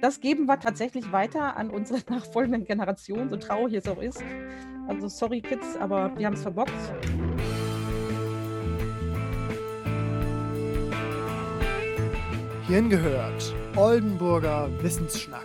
Das geben wir tatsächlich weiter an unsere nachfolgenden Generationen, so traurig es auch ist. Also sorry Kids, aber wir haben es verbockt. Hierhin gehört Oldenburger Wissensschnack.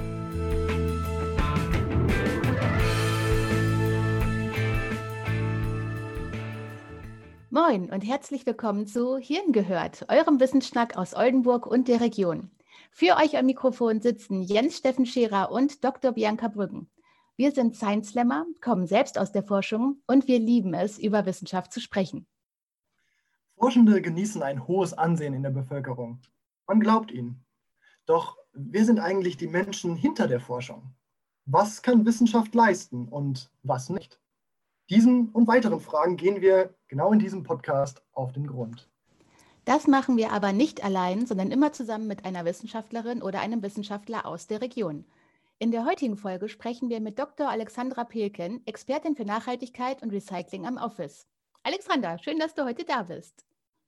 Moin und herzlich willkommen zu Hierhin gehört, eurem Wissensschnack aus Oldenburg und der Region. Für euch am Mikrofon sitzen Jens Steffen Scherer und Dr. Bianca Brüggen. Wir sind Science Slammer, kommen selbst aus der Forschung und wir lieben es, über Wissenschaft zu sprechen. Forschende genießen ein hohes Ansehen in der Bevölkerung. Man glaubt ihnen. Doch wer sind eigentlich die Menschen hinter der Forschung? Was kann Wissenschaft leisten und was nicht? Diesen und weiteren Fragen gehen wir genau in diesem Podcast auf den Grund. Das machen wir aber nicht allein, sondern immer zusammen mit einer Wissenschaftlerin oder einem Wissenschaftler aus der Region. In der heutigen Folge sprechen wir mit Dr. Alexandra Pehlken, Expertin für Nachhaltigkeit und Recycling am Office. Alexandra, schön, dass du heute da bist.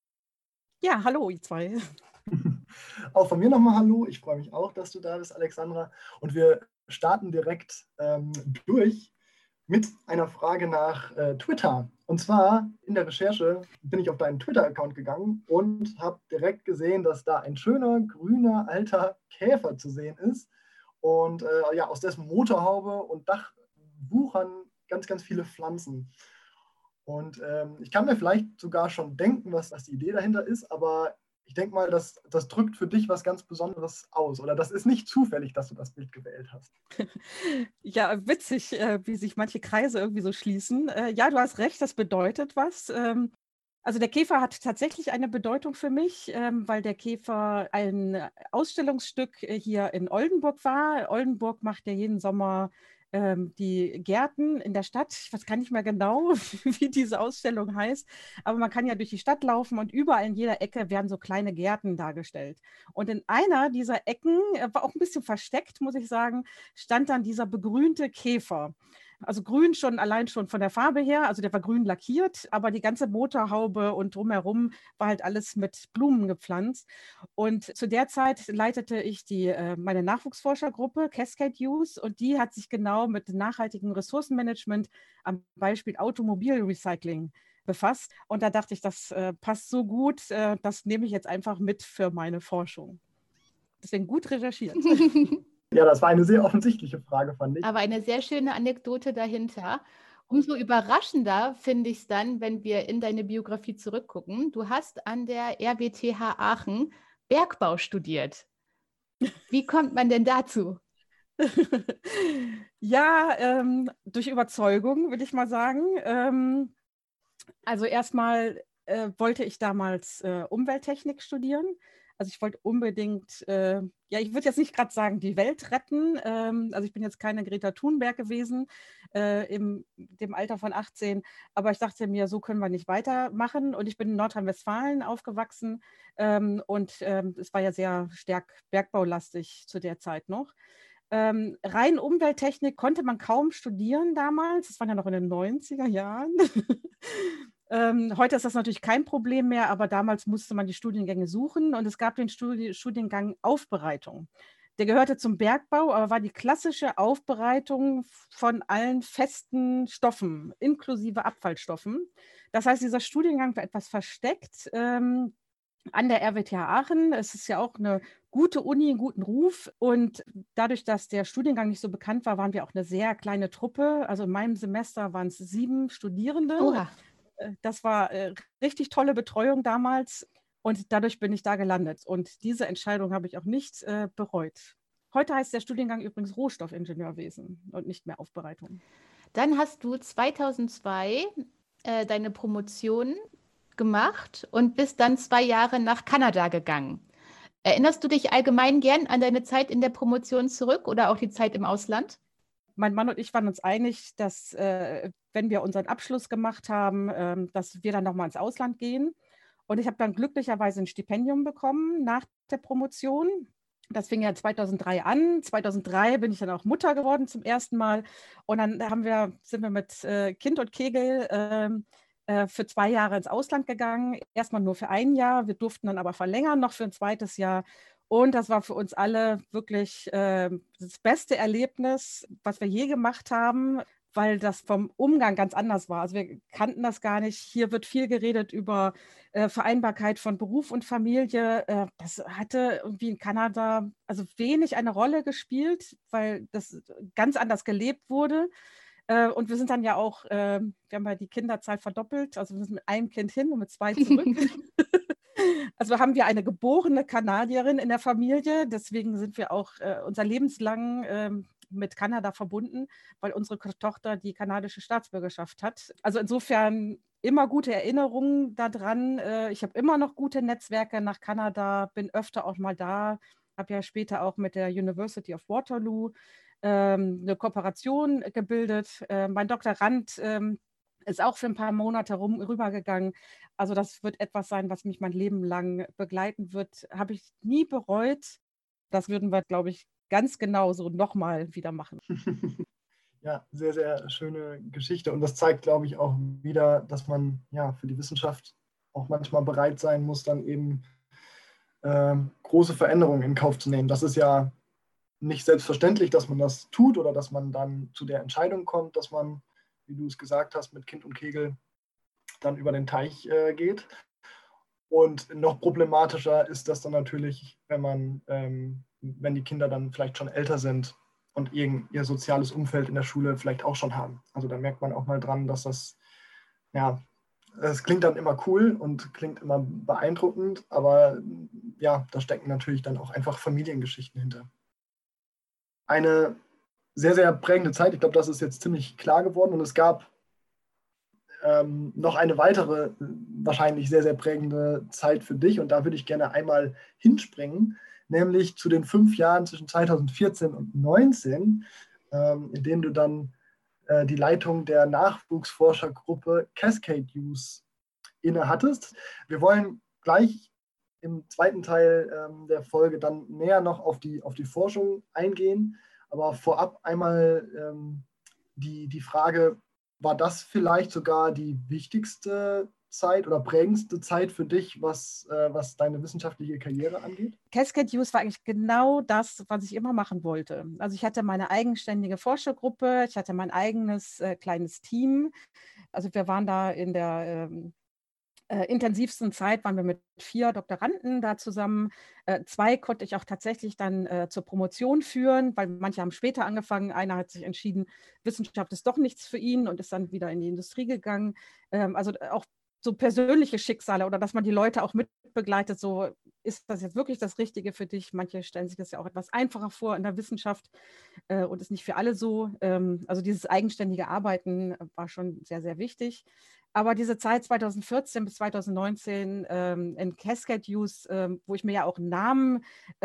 Ja, hallo ihr zwei. Auch von mir nochmal hallo. Ich freue mich auch, dass du da bist, Alexandra. Und wir starten direkt durch mit einer Frage nach Twitter. Und zwar in der Recherche bin ich auf deinen Twitter-Account gegangen und habe direkt gesehen, dass da ein schöner, grüner, alter Käfer zu sehen ist. Und aus dessen Motorhaube und Dach wuchern ganz, ganz viele Pflanzen. Und ich kann mir vielleicht sogar schon denken, was die Idee dahinter ist, aber ich denke mal, das drückt für dich was ganz Besonderes aus. Oder das ist nicht zufällig, dass du das Bild gewählt hast. Ja, witzig, wie sich manche Kreise irgendwie so schließen. Ja, du hast recht, das bedeutet was. Also der Käfer hat tatsächlich eine Bedeutung für mich, weil der Käfer ein Ausstellungsstück hier in Oldenburg war. Oldenburg macht ja jeden Sommer die Gärten in der Stadt. Ich weiß gar nicht mehr genau, wie diese Ausstellung heißt, aber man kann ja durch die Stadt laufen und überall in jeder Ecke werden so kleine Gärten dargestellt. Und in einer dieser Ecken, war auch ein bisschen versteckt, muss ich sagen, stand dann dieser begrünte Käfer. Also grün schon allein schon von der Farbe her, also der war grün lackiert, aber die ganze Motorhaube und drumherum war halt alles mit Blumen gepflanzt. Und zu der Zeit leitete ich meine Nachwuchsforschergruppe Cascade Youth und die hat sich genau mit nachhaltigem Ressourcenmanagement am Beispiel Automobilrecycling befasst. Und da dachte ich, das passt so gut, das nehme ich jetzt einfach mit für meine Forschung. Deswegen gut recherchiert. Ja, das war eine sehr offensichtliche Frage, fand ich. Aber eine sehr schöne Anekdote dahinter. Umso überraschender finde ich es dann, wenn wir in deine Biografie zurückgucken. Du hast an der RWTH Aachen Bergbau studiert. Wie kommt man denn dazu? Ja, durch Überzeugung, würde ich mal sagen. Also erstmal wollte ich damals Umwelttechnik studieren. Also ich wollte unbedingt, ich würde jetzt nicht gerade sagen, die Welt retten. Also ich bin jetzt keine Greta Thunberg gewesen im dem Alter von 18, aber ich dachte mir, so können wir nicht weitermachen. Und ich bin in Nordrhein-Westfalen aufgewachsen und es war ja sehr stark bergbaulastig zu der Zeit noch. Rein Umwelttechnik konnte man kaum studieren damals. Das waren ja noch in den 90er Jahren. Heute ist das natürlich kein Problem mehr, aber damals musste man die Studiengänge suchen und es gab den Studiengang Aufbereitung. Der gehörte zum Bergbau, aber war die klassische Aufbereitung von allen festen Stoffen, inklusive Abfallstoffen. Das heißt, dieser Studiengang war etwas versteckt an der RWTH Aachen. Es ist ja auch eine gute Uni, einen guten Ruf. Und dadurch, dass der Studiengang nicht so bekannt war, waren wir auch eine sehr kleine Truppe. Also in meinem Semester waren es 7 Studierende. Oha. Das war richtig tolle Betreuung damals und dadurch bin ich da gelandet. Und diese Entscheidung habe ich auch nicht bereut. Heute heißt der Studiengang übrigens Rohstoffingenieurwesen und nicht mehr Aufbereitung. Dann hast du 2002 deine Promotion gemacht und bist dann 2 Jahre nach Kanada gegangen. Erinnerst du dich allgemein gern an deine Zeit in der Promotion zurück oder auch die Zeit im Ausland? Mein Mann und ich waren uns einig, dass wenn wir unseren Abschluss gemacht haben, dass wir dann nochmal ins Ausland gehen. Und ich habe dann glücklicherweise ein Stipendium bekommen nach der Promotion. Das fing ja 2003 an. 2003 bin ich dann auch Mutter geworden zum ersten Mal. Und dann sind wir mit Kind und Kegel für 2 Jahre ins Ausland gegangen. Erstmal nur für ein Jahr. Wir durften dann aber verlängern noch für ein zweites Jahr. Und das war für uns alle wirklich das beste Erlebnis, was wir je gemacht haben, weil das vom Umgang ganz anders war. Also wir kannten das gar nicht. Hier wird viel geredet über Vereinbarkeit von Beruf und Familie. Das hatte irgendwie in Kanada also wenig eine Rolle gespielt, weil das ganz anders gelebt wurde. Und wir sind dann ja auch, wir haben ja die Kinderzahl verdoppelt, also wir sind mit einem Kind hin und mit 2 zurück. Also haben wir eine geborene Kanadierin in der Familie, deswegen sind wir auch unser lebenslang mit Kanada verbunden, weil unsere Tochter die kanadische Staatsbürgerschaft hat. Also insofern immer gute Erinnerungen daran. Ich habe immer noch gute Netzwerke nach Kanada, bin öfter auch mal da, habe ja später auch mit der University of Waterloo eine Kooperation gebildet. Mein Doktorand ist auch für ein paar Monate rübergegangen. Also das wird etwas sein, was mich mein Leben lang begleiten wird. Habe ich nie bereut. Das würden wir, glaube ich, ganz genau so nochmal wieder machen. Ja, sehr, sehr schöne Geschichte. Und das zeigt, glaube ich, auch wieder, dass man ja für die Wissenschaft auch manchmal bereit sein muss, dann eben große Veränderungen in Kauf zu nehmen. Das ist ja nicht selbstverständlich, dass man das tut oder dass man dann zu der Entscheidung kommt, dass man, wie du es gesagt hast, mit Kind und Kegel dann über den Teich geht. Und noch problematischer ist das dann natürlich, wenn die Kinder dann vielleicht schon älter sind und ihr soziales Umfeld in der Schule vielleicht auch schon haben. Also da merkt man auch mal dran, dass das klingt dann immer cool und klingt immer beeindruckend, aber ja, da stecken natürlich dann auch einfach Familiengeschichten hinter. Eine sehr, sehr prägende Zeit, ich glaube, das ist jetzt ziemlich klar geworden, und es gab noch eine weitere, wahrscheinlich sehr, sehr prägende Zeit für dich, und da würde ich gerne einmal hinspringen, nämlich zu den 5 Jahren zwischen 2014 und 2019, in denen du dann die Leitung der Nachwuchsforschergruppe Cascade Youth innehattest. Wir wollen gleich im zweiten Teil der Folge dann näher noch auf die Forschung eingehen, aber vorab einmal die Frage, war das vielleicht sogar die wichtigste Zeit oder prägendste Zeit für dich, was deine wissenschaftliche Karriere angeht? Cascade Youth war eigentlich genau das, was ich immer machen wollte. Also ich hatte meine eigenständige Forschergruppe, ich hatte mein eigenes kleines Team. Also wir waren da in der intensivsten Zeit, waren wir mit 4 Doktoranden da zusammen. 2 konnte ich auch tatsächlich dann zur Promotion führen, weil manche haben später angefangen. Einer hat sich entschieden, Wissenschaft ist doch nichts für ihn und ist dann wieder in die Industrie gegangen. Also auch so persönliche Schicksale oder dass man die Leute auch mitbegleitet, so ist das jetzt wirklich das Richtige für dich? Manche stellen sich das ja auch etwas einfacher vor in der Wissenschaft und ist nicht für alle so. Also dieses eigenständige Arbeiten war schon sehr, sehr wichtig. Aber diese Zeit 2014 bis 2019 in Cascade Youth, wo ich mir ja auch einen Namen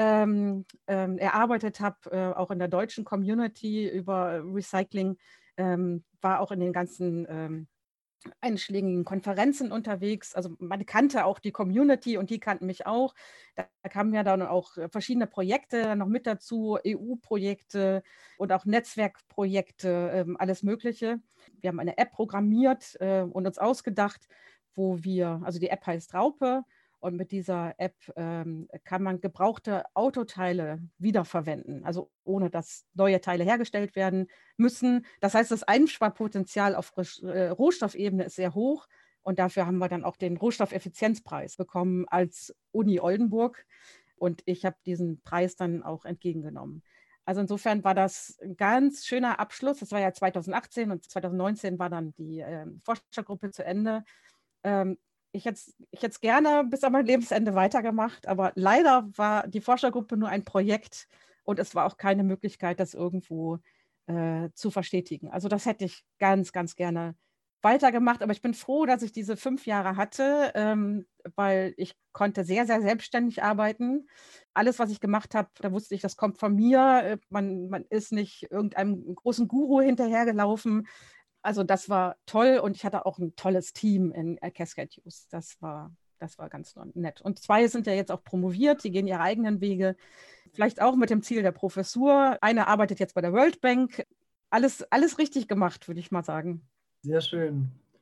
erarbeitet habe, auch in der deutschen Community über Recycling, war auch in den ganzen einschlägigen Konferenzen unterwegs. Also man kannte auch die Community und die kannten mich auch. Da kamen ja dann auch verschiedene Projekte noch mit dazu, EU-Projekte und auch Netzwerkprojekte, alles Mögliche. Wir haben eine App programmiert und uns ausgedacht, also die App heißt Raupe. Und mit dieser App kann man gebrauchte Autoteile wiederverwenden, also ohne dass neue Teile hergestellt werden müssen. Das heißt, das Einsparpotenzial auf Rohstoffebene ist sehr hoch. Und dafür haben wir dann auch den Rohstoffeffizienzpreis bekommen als Uni Oldenburg. Und ich habe diesen Preis dann auch entgegengenommen. Also insofern war das ein ganz schöner Abschluss. Das war ja 2018 und 2019 war dann die Forschergruppe zu Ende. Ich hätte es gerne bis an mein Lebensende weitergemacht, aber leider war die Forschergruppe nur ein Projekt und es war auch keine Möglichkeit, das irgendwo zu verstetigen. Also das hätte ich ganz, ganz gerne weitergemacht, aber ich bin froh, dass ich diese 5 Jahre hatte, weil ich konnte sehr, sehr selbstständig arbeiten. Alles, was ich gemacht habe, da wusste ich, das kommt von mir. Man ist nicht irgendeinem großen Guru hinterhergelaufen. Also das war toll und ich hatte auch ein tolles Team in Cascade Youth. Das war ganz nett. Und 2 sind ja jetzt auch promoviert, die gehen ihre eigenen Wege, vielleicht auch mit dem Ziel der Professur. Eine arbeitet jetzt bei der World Bank. Alles richtig gemacht, würde ich mal sagen. Sehr schön.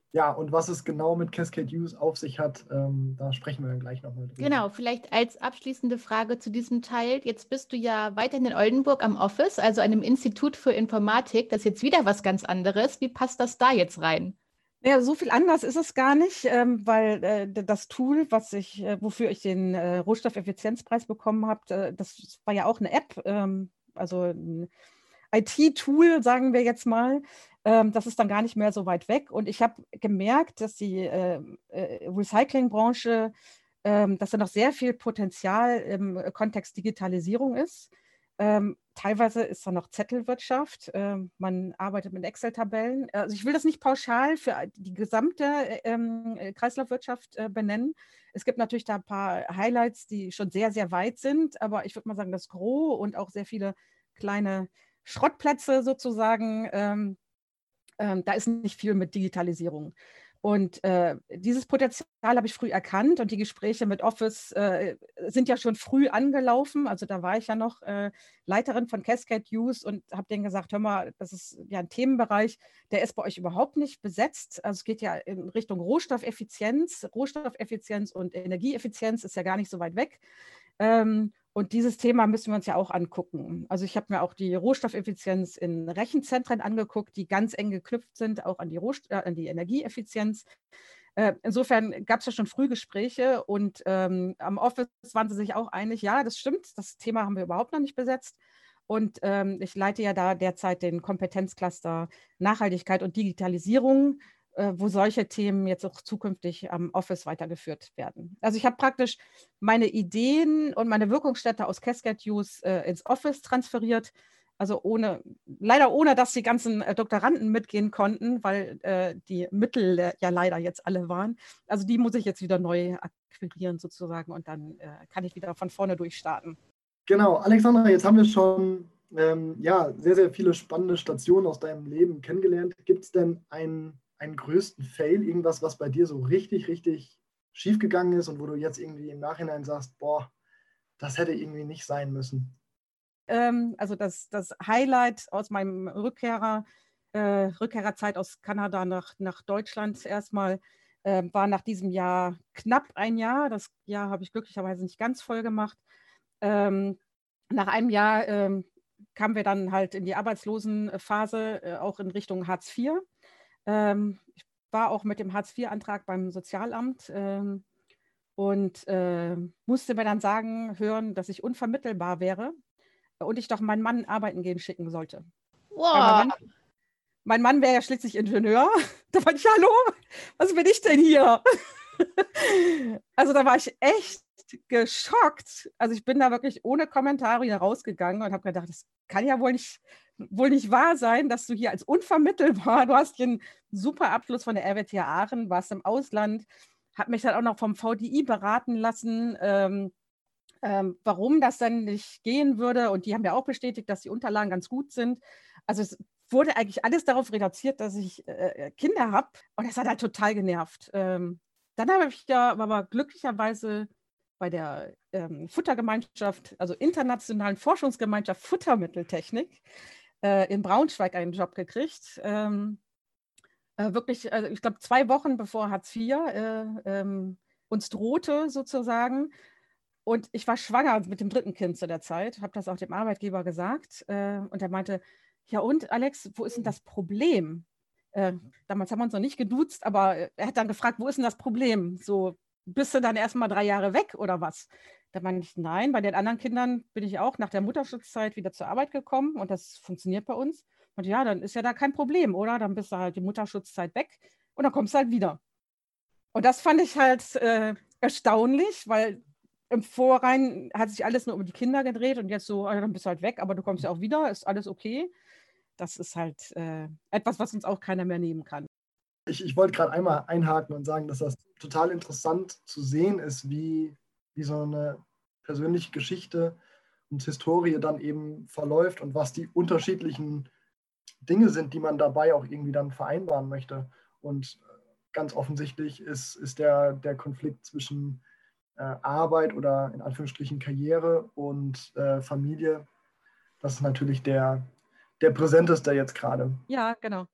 Ja, und was es genau mit Cascade Use auf sich hat, da sprechen wir dann gleich nochmal drüber. Genau, vielleicht als abschließende Frage zu diesem Teil. Jetzt bist du ja weiterhin in Oldenburg am Office, also einem Institut für Informatik. Das ist jetzt wieder was ganz anderes. Wie passt das da jetzt rein? Ja, so viel anders ist es gar nicht, weil das Tool, wofür ich den Rohstoffeffizienzpreis bekommen habe, das war ja auch eine App, also ein IT-Tool, sagen wir jetzt mal. Das ist dann gar nicht mehr so weit weg. Und ich habe gemerkt, dass die Recyclingbranche, dass da noch sehr viel Potenzial im Kontext Digitalisierung ist. Teilweise ist da noch Zettelwirtschaft. Man arbeitet mit Excel-Tabellen. Also ich will das nicht pauschal für die gesamte Kreislaufwirtschaft benennen. Es gibt natürlich da ein paar Highlights, die schon sehr, sehr weit sind. Aber ich würde mal sagen, das Gros und auch sehr viele kleine Schrottplätze sozusagen, da ist nicht viel mit Digitalisierung. Und dieses Potenzial habe ich früh erkannt und die Gespräche mit Office sind ja schon früh angelaufen. Also da war ich ja noch Leiterin von Cascade Use und habe denen gesagt, hör mal, das ist ja ein Themenbereich, der ist bei euch überhaupt nicht besetzt. Also es geht ja in Richtung Rohstoffeffizienz. Rohstoffeffizienz und Energieeffizienz ist ja gar nicht so weit weg. Und dieses Thema müssen wir uns ja auch angucken. Also ich habe mir auch die Rohstoffeffizienz in Rechenzentren angeguckt, die ganz eng geknüpft sind, auch an die Energieeffizienz. Insofern gab es ja schon früh Gespräche und am Office waren sie sich auch einig, ja, das stimmt, das Thema haben wir überhaupt noch nicht besetzt. Und ich leite ja da derzeit den Kompetenzcluster Nachhaltigkeit und Digitalisierung, wo solche Themen jetzt auch zukünftig am Office weitergeführt werden. Also ich habe praktisch meine Ideen und meine Wirkungsstätte aus Cascade Use ins Office transferiert. Also leider ohne, dass die ganzen Doktoranden mitgehen konnten, weil die Mittel ja leider jetzt alle waren. Also die muss ich jetzt wieder neu akquirieren sozusagen und dann kann ich wieder von vorne durchstarten. Genau, Alexandra, jetzt haben wir schon ja, sehr, sehr viele spannende Stationen aus deinem Leben kennengelernt. Gibt es denn einen größten Fail, irgendwas, was bei dir so richtig, richtig schiefgegangen ist und wo du jetzt irgendwie im Nachhinein sagst, boah, das hätte irgendwie nicht sein müssen? Also das Highlight aus meinem Rückkehrerzeit aus Kanada nach Deutschland erstmal war nach diesem Jahr knapp ein Jahr. Das Jahr habe ich glücklicherweise nicht ganz voll gemacht. Nach einem Jahr kamen wir dann halt in die Arbeitslosenphase, auch in Richtung Hartz IV. Ich war auch mit dem Hartz-IV-Antrag beim Sozialamt und musste mir dann hören, dass ich unvermittelbar wäre und ich doch meinen Mann arbeiten gehen schicken sollte. Wow. Mein Mann wäre ja schließlich Ingenieur. Da war ich, hallo, was bin ich denn hier? Also da war ich echt geschockt. Also ich bin da wirklich ohne Kommentare wieder rausgegangen und habe gedacht, das kann ja wohl nicht wahr sein, dass du hier als unvermittelbar, du hast hier einen super Abschluss von der RWTH Aachen, warst im Ausland, habe mich dann auch noch vom VDI beraten lassen, warum das dann nicht gehen würde. Und die haben ja auch bestätigt, dass die Unterlagen ganz gut sind. Also es wurde eigentlich alles darauf reduziert, dass ich Kinder habe. Und das hat halt total genervt. Dann habe ich ja aber glücklicherweise bei der Futtergemeinschaft, also internationalen Forschungsgemeinschaft Futtermitteltechnik in Braunschweig einen Job gekriegt. Wirklich, ich glaube, 2 Wochen bevor Hartz IV uns drohte sozusagen. Und ich war schwanger mit dem 3. Kind zu der Zeit, habe das auch dem Arbeitgeber gesagt. Und er meinte, ja und Alex, wo ist denn das Problem? Damals haben wir uns noch nicht geduzt, aber er hat dann gefragt, wo ist denn das Problem? So, bist du dann erstmal 3 Jahre weg oder was? Da meinte ich, nein, bei den anderen Kindern bin ich auch nach der Mutterschutzzeit wieder zur Arbeit gekommen und das funktioniert bei uns. Und ja, dann ist ja da kein Problem, oder? Dann bist du halt die Mutterschutzzeit weg und dann kommst du halt wieder. Und das fand ich halt erstaunlich, weil im Vorrein hat sich alles nur um die Kinder gedreht und jetzt so, dann bist du halt weg, aber du kommst ja auch wieder, ist alles okay. Das ist halt etwas, was uns auch keiner mehr nehmen kann. Ich wollte gerade einmal einhaken und sagen, dass das total interessant zu sehen ist, wie so eine persönliche Geschichte und Historie dann eben verläuft und was die unterschiedlichen Dinge sind, die man dabei auch irgendwie dann vereinbaren möchte. Und ganz offensichtlich ist der Konflikt zwischen Arbeit oder in Anführungsstrichen Karriere und Familie, das ist natürlich der präsenteste jetzt gerade. Ja, genau.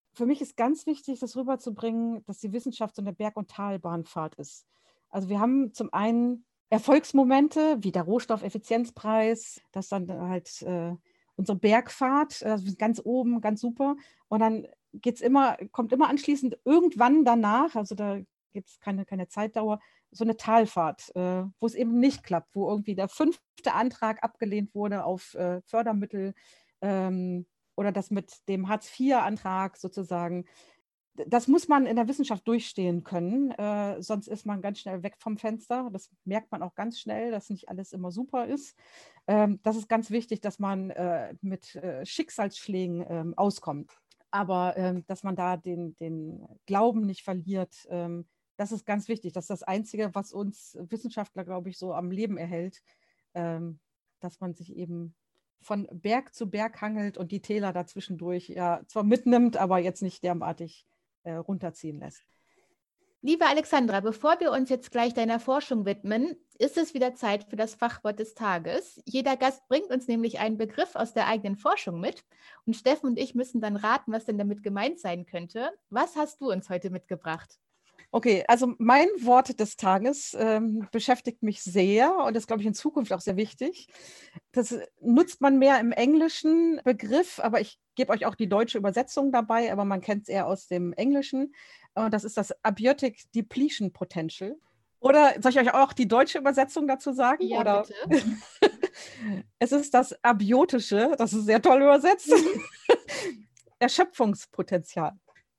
für mich ist ganz wichtig, das rüberzubringen, dass die Wissenschaft so eine Berg- und Talbahnfahrt ist. Also wir haben zum einen Erfolgsmomente wie der Rohstoffeffizienzpreis, das dann halt unsere Bergfahrt, wir sind ganz oben, ganz super. Und dann kommt immer anschließend irgendwann danach, also da gibt es keine Zeitdauer, so eine Talfahrt, wo es eben nicht klappt, wo irgendwie der 5. Antrag abgelehnt wurde auf Fördermittel oder das mit dem Hartz-IV-Antrag sozusagen. Das muss man in der Wissenschaft durchstehen können, sonst ist man ganz schnell weg vom Fenster. Das merkt man auch ganz schnell, dass nicht alles immer super ist. Das ist ganz wichtig, dass man mit Schicksalsschlägen auskommt. Aber dass man da den Glauben nicht verliert, das ist ganz wichtig. Das ist das Einzige, was uns Wissenschaftler, glaube ich, so am Leben erhält, dass man sich eben von Berg zu Berg hangelt und die Täler dazwischendurch ja zwar mitnimmt, aber jetzt nicht derartig runterziehen lässt. Liebe Alexandra, bevor wir uns jetzt gleich deiner Forschung widmen, ist es wieder Zeit für das Fachwort des Tages. Jeder Gast bringt uns nämlich einen Begriff aus der eigenen Forschung mit und Steffen und ich müssen dann raten, was denn damit gemeint sein könnte. Was hast du uns heute mitgebracht? Okay, also mein Wort des Tages beschäftigt mich sehr und ist, glaube ich, in Zukunft auch sehr wichtig. Das nutzt man mehr im englischen Begriff, aber ich gebe euch auch die deutsche Übersetzung dabei, aber man kennt es eher aus dem Englischen. Und das ist das Abiotic Depletion Potential. Oder soll ich euch auch die deutsche Übersetzung dazu sagen? Ja, oder? bitte. Es ist das abiotische, das ist sehr toll übersetzt, Erschöpfungspotenzial.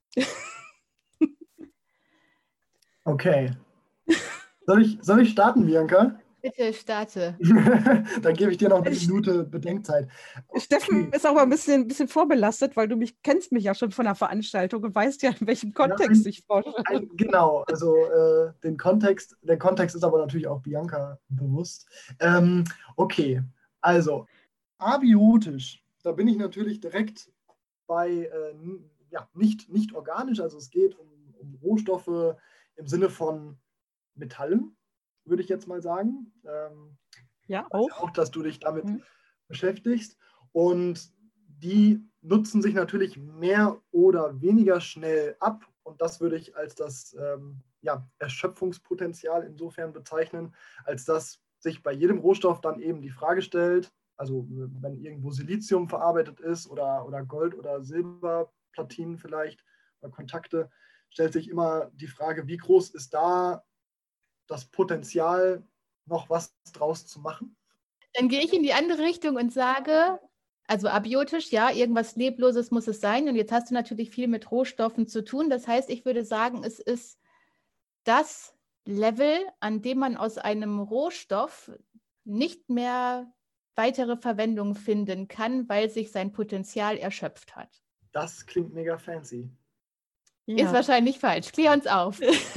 Okay. Soll ich starten, Bianca? Bitte starte. Dann gebe ich dir noch eine Minute Bedenkzeit. Steffen ist aber ein bisschen vorbelastet, weil du kennst mich ja schon von der Veranstaltung und weißt ja, in welchem Kontext ich forsche. Genau, also der Kontext ist aber natürlich auch Bianca bewusst. Okay, also abiotisch, da bin ich natürlich direkt bei nicht organisch, also es geht um Rohstoffe im Sinne von Metallen, würde ich jetzt mal sagen. Ja, auch. auch. Dass du dich damit beschäftigst. Und die nutzen sich natürlich mehr oder weniger schnell ab. Und das würde ich als das Erschöpfungspotenzial insofern bezeichnen, als dass sich bei jedem Rohstoff dann eben die Frage stellt, also wenn irgendwo Silizium verarbeitet ist oder Gold- oder Silberplatinen vielleicht oder Kontakte, stellt sich immer die Frage, wie groß ist da das Potenzial, noch was draus zu machen? Dann gehe ich in die andere Richtung und sage, also abiotisch, ja, irgendwas Lebloses muss es sein. Und jetzt hast du natürlich viel mit Rohstoffen zu tun. Das heißt, ich würde sagen, es ist das Level, an dem man aus einem Rohstoff nicht mehr weitere Verwendung finden kann, weil sich sein Potenzial erschöpft hat. Das klingt mega fancy. Ja. Ist wahrscheinlich falsch. Klär uns auf.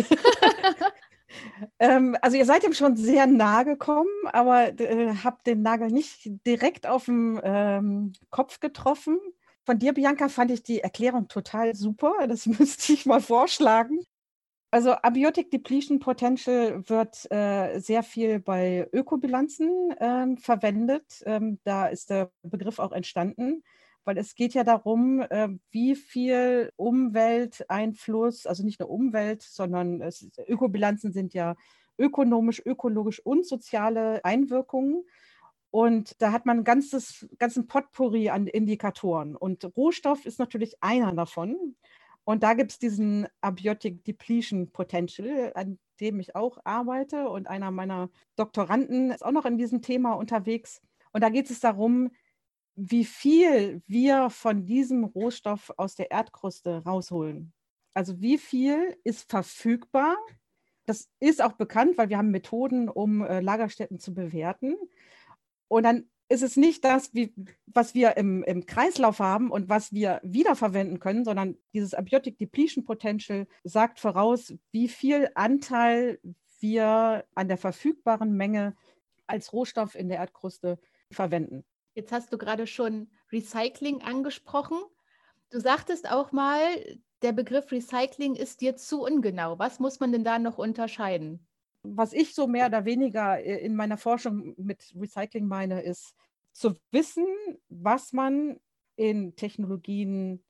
Also ihr seid ihm schon sehr nahe gekommen, aber habt den Nagel nicht direkt auf den Kopf getroffen. Von dir, Bianca, fand ich die Erklärung total super. Das müsste ich mal vorschlagen. Also Abiotic Depletion Potential wird sehr viel bei Ökobilanzen verwendet. Da ist der Begriff auch entstanden, weil es geht ja darum, wie viel Umwelteinfluss, also nicht nur Umwelt, sondern Ökobilanzen sind ja ökonomisch, ökologisch und soziale Einwirkungen. Und da hat man einen ganzen Potpourri an Indikatoren. Und Rohstoff ist natürlich einer davon. Und da gibt es diesen Abiotic Depletion Potential, an dem ich auch arbeite. Und einer meiner Doktoranden ist auch noch in diesem Thema unterwegs. Und da geht es darum, wie viel wir von diesem Rohstoff aus der Erdkruste rausholen. Also wie viel ist verfügbar? Das ist auch bekannt, weil wir haben Methoden, um Lagerstätten zu bewerten. Und dann ist es nicht das, was wir im Kreislauf haben und was wir wiederverwenden können, sondern dieses Abiotic Depletion Potential sagt voraus, wie viel Anteil wir an der verfügbaren Menge als Rohstoff in der Erdkruste verwenden. Jetzt hast du gerade schon Recycling angesprochen. Du sagtest auch mal, der Begriff Recycling ist dir zu ungenau. Was muss man denn da noch unterscheiden? Was ich so mehr oder weniger in meiner Forschung mit Recycling meine, ist zu wissen, was man in Technologien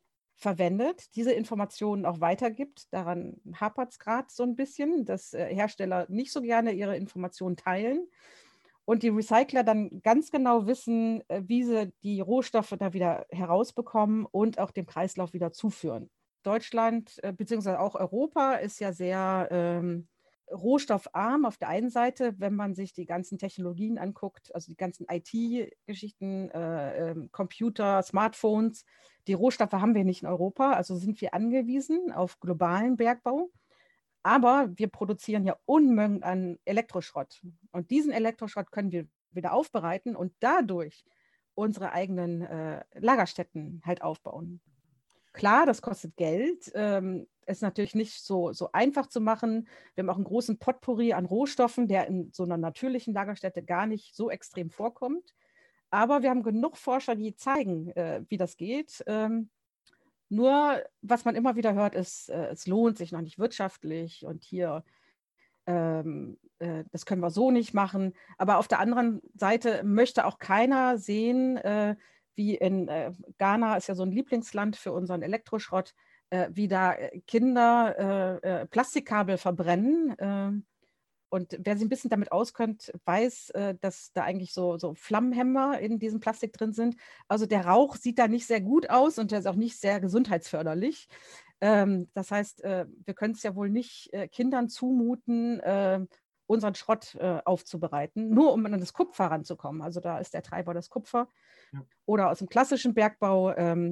verwendet, diese Informationen auch weitergibt. Daran hapert es gerade so ein bisschen, dass Hersteller nicht so gerne ihre Informationen teilen und die Recycler dann ganz genau wissen, wie sie die Rohstoffe da wieder herausbekommen und auch dem Kreislauf wieder zuführen. Deutschland beziehungsweise auch Europa ist ja sehr rohstoffarm auf der einen Seite, wenn man sich die ganzen Technologien anguckt, also die ganzen IT-Geschichten, Computer, Smartphones. Die Rohstoffe haben wir nicht in Europa, also sind wir angewiesen auf globalen Bergbau. Aber wir produzieren ja Unmengen an Elektroschrott. Und diesen Elektroschrott können wir wieder aufbereiten und dadurch unsere eigenen Lagerstätten halt aufbauen. Klar, das kostet Geld. Ist natürlich nicht so einfach zu machen. Wir haben auch einen großen Potpourri an Rohstoffen, der in so einer natürlichen Lagerstätte gar nicht so extrem vorkommt. Aber wir haben genug Forscher, die zeigen, wie das geht. Nur, was man immer wieder hört, ist, es lohnt sich noch nicht wirtschaftlich und hier, das können wir so nicht machen. Aber auf der anderen Seite möchte auch keiner sehen, wie in Ghana ist ja so ein Lieblingsland für unseren Elektroschrott, wie da Kinder Plastikkabel verbrennen. Und wer sich ein bisschen damit auskennt, weiß, dass da eigentlich so Flammenhemmer in diesem Plastik drin sind. Also der Rauch sieht da nicht sehr gut aus und der ist auch nicht sehr gesundheitsförderlich. Das heißt, wir können es ja wohl nicht Kindern zumuten, unseren Schrott aufzubereiten, nur um an das Kupfer ranzukommen. Also da ist der Treiber das Kupfer. Ja. Oder aus dem klassischen Bergbau,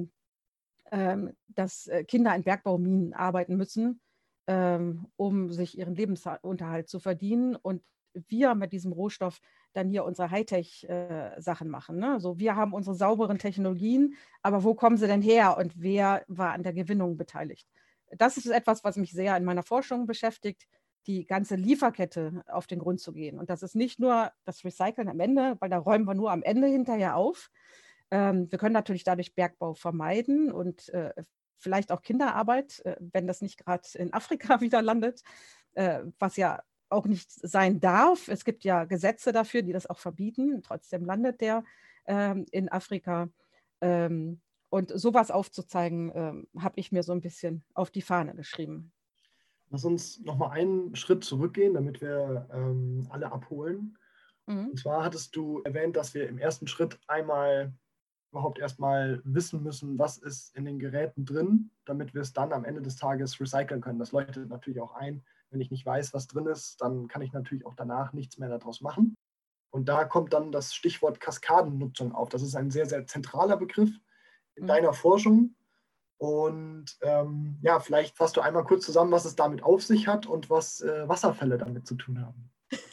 dass Kinder in Bergbauminen arbeiten müssen, um sich ihren Lebensunterhalt zu verdienen. Und wir mit diesem Rohstoff dann hier unsere Hightech-Sachen machen. Ne? Also wir haben unsere sauberen Technologien, aber wo kommen sie denn her und wer war an der Gewinnung beteiligt? Das ist etwas, was mich sehr in meiner Forschung beschäftigt, die ganze Lieferkette auf den Grund zu gehen. Und das ist nicht nur das Recyceln am Ende, weil da räumen wir nur am Ende hinterher auf. Wir können natürlich dadurch Bergbau vermeiden und vielleicht auch Kinderarbeit, wenn das nicht gerade in Afrika wieder landet, was ja auch nicht sein darf. Es gibt ja Gesetze dafür, die das auch verbieten. Trotzdem landet der in Afrika. Und sowas aufzuzeigen, habe ich mir so ein bisschen auf die Fahne geschrieben. Lass uns nochmal einen Schritt zurückgehen, damit wir alle abholen. Und zwar hattest du erwähnt, dass wir im ersten Schritt überhaupt erstmal wissen müssen, was ist in den Geräten drin, damit wir es dann am Ende des Tages recyceln können. Das leuchtet natürlich auch ein. Wenn ich nicht weiß, was drin ist, dann kann ich natürlich auch danach nichts mehr daraus machen. Und da kommt dann das Stichwort Kaskadennutzung auf. Das ist ein sehr, sehr zentraler Begriff in deiner Forschung. Und ja, vielleicht fasst du einmal kurz zusammen, was es damit auf sich hat und was Wasserfälle damit zu tun haben.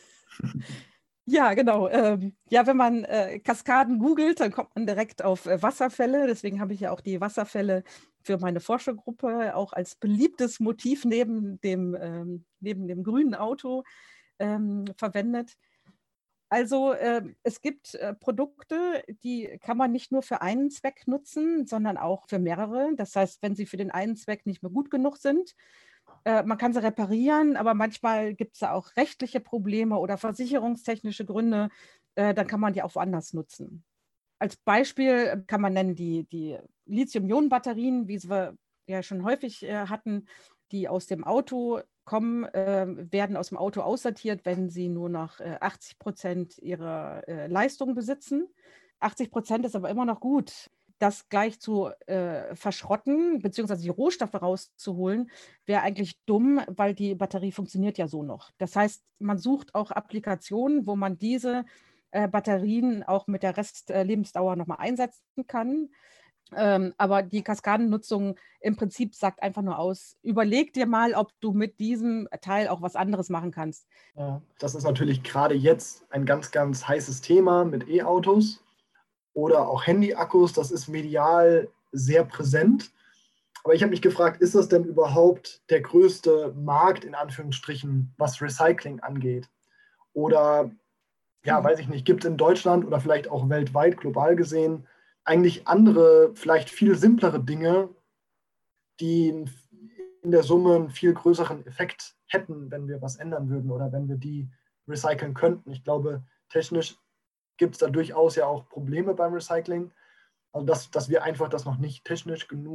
Ja, genau. Ja, wenn man Kaskaden googelt, dann kommt man direkt auf Wasserfälle. Deswegen habe ich ja auch die Wasserfälle für meine Forschergruppe auch als beliebtes Motiv neben dem grünen Auto verwendet. Also es gibt Produkte, die kann man nicht nur für einen Zweck nutzen, sondern auch für mehrere. Das heißt, wenn sie für den einen Zweck nicht mehr gut genug sind, man kann sie reparieren, aber manchmal gibt es da auch rechtliche Probleme oder versicherungstechnische Gründe, dann kann man die auch woanders nutzen. Als Beispiel kann man nennen die Lithium-Ionen-Batterien, wie wir ja schon häufig hatten, die aus dem Auto kommen, werden aus dem Auto aussortiert, wenn sie nur noch 80% ihrer Leistung besitzen. 80% ist aber immer noch gut. Das gleich zu verschrotten, beziehungsweise die Rohstoffe rauszuholen, wäre eigentlich dumm, weil die Batterie funktioniert ja so noch. Das heißt, man sucht auch Applikationen, wo man diese Batterien auch mit der Restlebensdauer nochmal einsetzen kann. Aber die Kaskadennutzung im Prinzip sagt einfach nur aus, überleg dir mal, ob du mit diesem Teil auch was anderes machen kannst. Ja, das ist natürlich gerade jetzt ein ganz, ganz heißes Thema mit E-Autos oder auch Handy-Akkus. Das ist medial sehr präsent. Aber ich habe mich gefragt, ist das denn überhaupt der größte Markt, in Anführungsstrichen, was Recycling angeht? Oder, ja, weiß ich nicht, gibt es in Deutschland oder vielleicht auch weltweit, global gesehen, eigentlich andere, vielleicht viel simplere Dinge, die in der Summe einen viel größeren Effekt hätten, wenn wir was ändern würden oder wenn wir die recyceln könnten. Ich glaube, technisch gibt es da durchaus ja auch Probleme beim Recycling. Also dass wir einfach das noch nicht technisch genug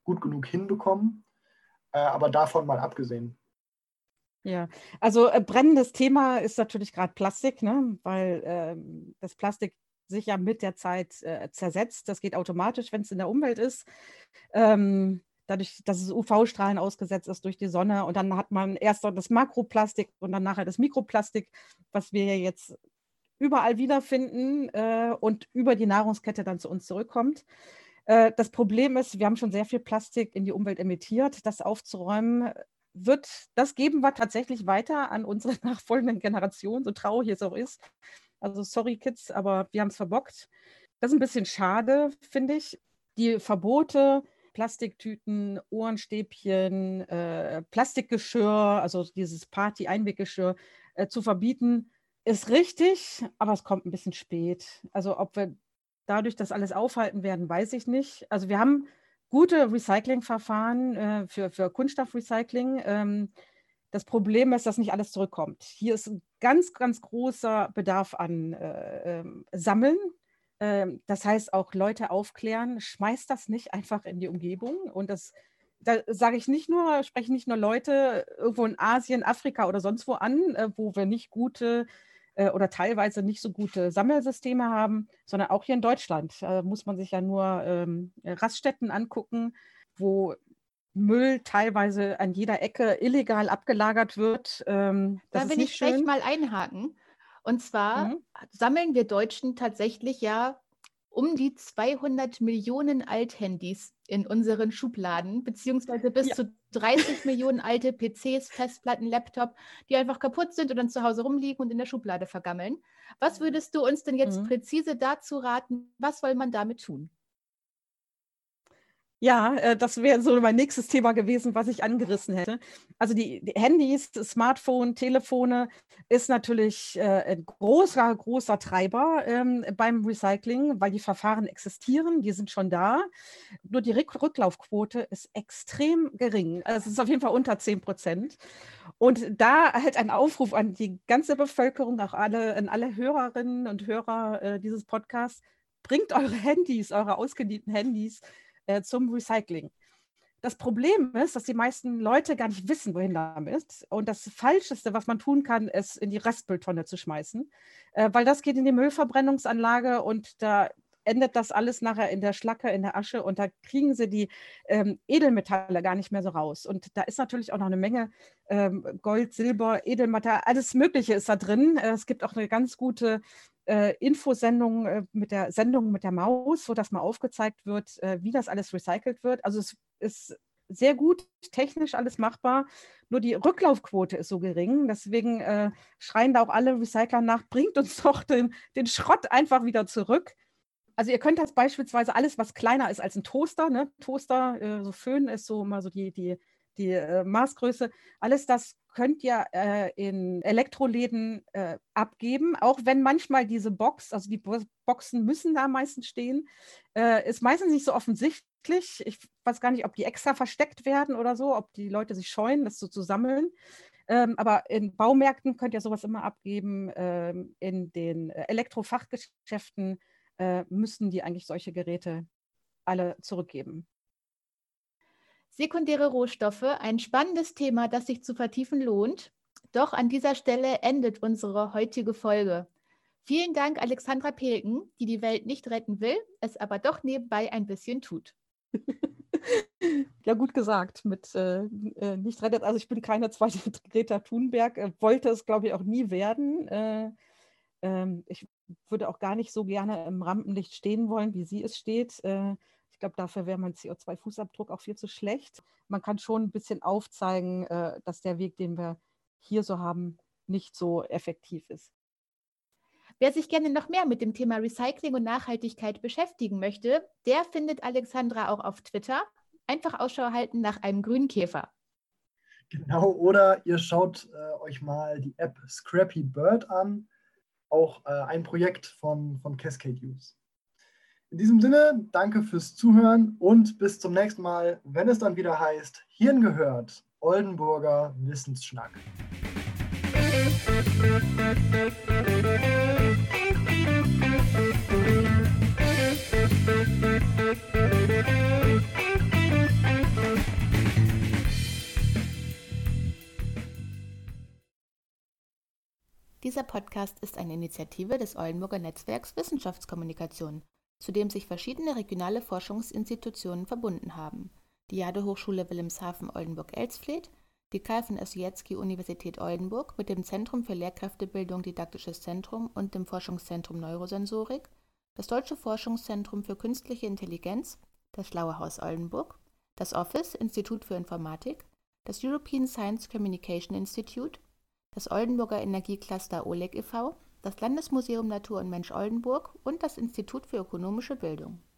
gut genug hinbekommen. Aber davon mal abgesehen. Ja, also brennendes Thema ist natürlich gerade Plastik, ne? Weil das Plastik sich ja mit der Zeit zersetzt. Das geht automatisch, wenn es in der Umwelt ist. Dadurch, dass es UV-Strahlen ausgesetzt ist durch die Sonne. Und dann hat man erst das Makroplastik und dann nachher das Mikroplastik, was wir jetzt überall wiederfinden und über die Nahrungskette dann zu uns zurückkommt. Das Problem ist, wir haben schon sehr viel Plastik in die Umwelt emittiert. Das aufzuräumen, das geben wir tatsächlich weiter an unsere nachfolgenden Generationen, so traurig es auch ist. Also sorry Kids, aber wir haben es verbockt. Das ist ein bisschen schade, finde ich. Die Verbote, Plastiktüten, Ohrenstäbchen, Plastikgeschirr, also dieses Party-Einweggeschirr zu verbieten, ist richtig, aber es kommt ein bisschen spät. Also ob wir dadurch das alles aufhalten werden, weiß ich nicht. Also wir haben gute Recyclingverfahren für Kunststoffrecycling. Das Problem ist, dass nicht alles zurückkommt. Hier ist ein ganz, ganz großer Bedarf an Sammeln. Das heißt auch Leute aufklären, schmeißt das nicht einfach in die Umgebung. Und da sage ich spreche nicht nur Leute irgendwo in Asien, Afrika oder sonst wo an, wo wir nicht gute oder teilweise nicht so gute Sammelsysteme haben, sondern auch hier in Deutschland muss man sich ja nur Raststätten angucken, wo Müll teilweise an jeder Ecke illegal abgelagert wird. Da will ich gleich mal einhaken. Und zwar sammeln wir Deutschen tatsächlich ja um die 200 Millionen Althandys in unseren Schubladen, beziehungsweise bis zu 30 Millionen alte PCs, Festplatten, Laptop, die einfach kaputt sind und dann zu Hause rumliegen und in der Schublade vergammeln. Was würdest du uns denn jetzt präzise dazu raten? Was soll man damit tun? Ja, das wäre so mein nächstes Thema gewesen, was ich angerissen hätte. Also die Handys, Smartphone, Telefone ist natürlich ein großer, großer Treiber beim Recycling, weil die Verfahren existieren, die sind schon da. Nur die Rücklaufquote ist extrem gering. Also es ist auf jeden Fall unter 10%. Und da halt ein Aufruf an die ganze Bevölkerung, auch an alle Hörerinnen und Hörer dieses Podcasts, bringt eure Handys, eure ausgedienten Handys zum Recycling. Das Problem ist, dass die meisten Leute gar nicht wissen, wohin damit. Und das Falscheste, was man tun kann, ist, in die Restmülltonne zu schmeißen, weil das geht in die Müllverbrennungsanlage und da endet das alles nachher in der Schlacke, in der Asche und da kriegen sie die Edelmetalle gar nicht mehr so raus. Und da ist natürlich auch noch eine Menge Gold, Silber, Edelmetall, alles Mögliche ist da drin. Es gibt auch eine ganz gute Infosendung mit der Maus, wo das mal aufgezeigt wird, wie das alles recycelt wird. Also es ist sehr gut, technisch alles machbar, nur die Rücklaufquote ist so gering. Deswegen schreien da auch alle Recycler nach, bringt uns doch den Schrott einfach wieder zurück. Also ihr könnt das beispielsweise alles, was kleiner ist als ein Toaster, ne? Toaster, so Föhn ist so mal so die Maßgröße, alles das könnt ihr in Elektroläden abgeben, auch wenn manchmal diese Box, also die Boxen müssen da meistens stehen, ist meistens nicht so offensichtlich. Ich weiß gar nicht, ob die extra versteckt werden oder so, ob die Leute sich scheuen, das so zu sammeln. Aber in Baumärkten könnt ihr sowas immer abgeben. In den Elektrofachgeschäften müssen die eigentlich solche Geräte alle zurückgeben. Sekundäre Rohstoffe, ein spannendes Thema, das sich zu vertiefen lohnt. Doch an dieser Stelle endet unsere heutige Folge. Vielen Dank, Alexandra Pelken, die die Welt nicht retten will, es aber doch nebenbei ein bisschen tut. Ja, gut gesagt, mit nicht rettet. Also ich bin keine zweite Greta Thunberg, wollte es, glaube ich, auch nie werden. Ich würde auch gar nicht so gerne im Rampenlicht stehen wollen, wie sie es steht. Ich glaube, dafür wäre mein CO2-Fußabdruck auch viel zu schlecht. Man kann schon ein bisschen aufzeigen, dass der Weg, den wir hier so haben, nicht so effektiv ist. Wer sich gerne noch mehr mit dem Thema Recycling und Nachhaltigkeit beschäftigen möchte, der findet Alexandra auch auf Twitter. Einfach Ausschau halten nach einem Grünkäfer. Genau, oder ihr schaut euch mal die App Scrappy Bird an, auch ein Projekt von Cascade Use. In diesem Sinne, danke fürs Zuhören und bis zum nächsten Mal, wenn es dann wieder heißt, Hirn gehört, Oldenburger Wissensschnack. Dieser Podcast ist eine Initiative des Oldenburger Netzwerks Wissenschaftskommunikation, zu dem sich verschiedene regionale Forschungsinstitutionen verbunden haben. Die Jade-Hochschule Wilhelmshaven-Oldenburg-Elsfleth, die Carl von Ossietzky-Universität Oldenburg mit dem Zentrum für Lehrkräftebildung Didaktisches Zentrum und dem Forschungszentrum Neurosensorik, das Deutsche Forschungszentrum für Künstliche Intelligenz, das Schlaue Haus Oldenburg, das Office Institut für Informatik, das European Science Communication Institute, das Oldenburger Energiecluster OLEG e.V., das Landesmuseum Natur und Mensch Oldenburg und das Institut für ökonomische Bildung.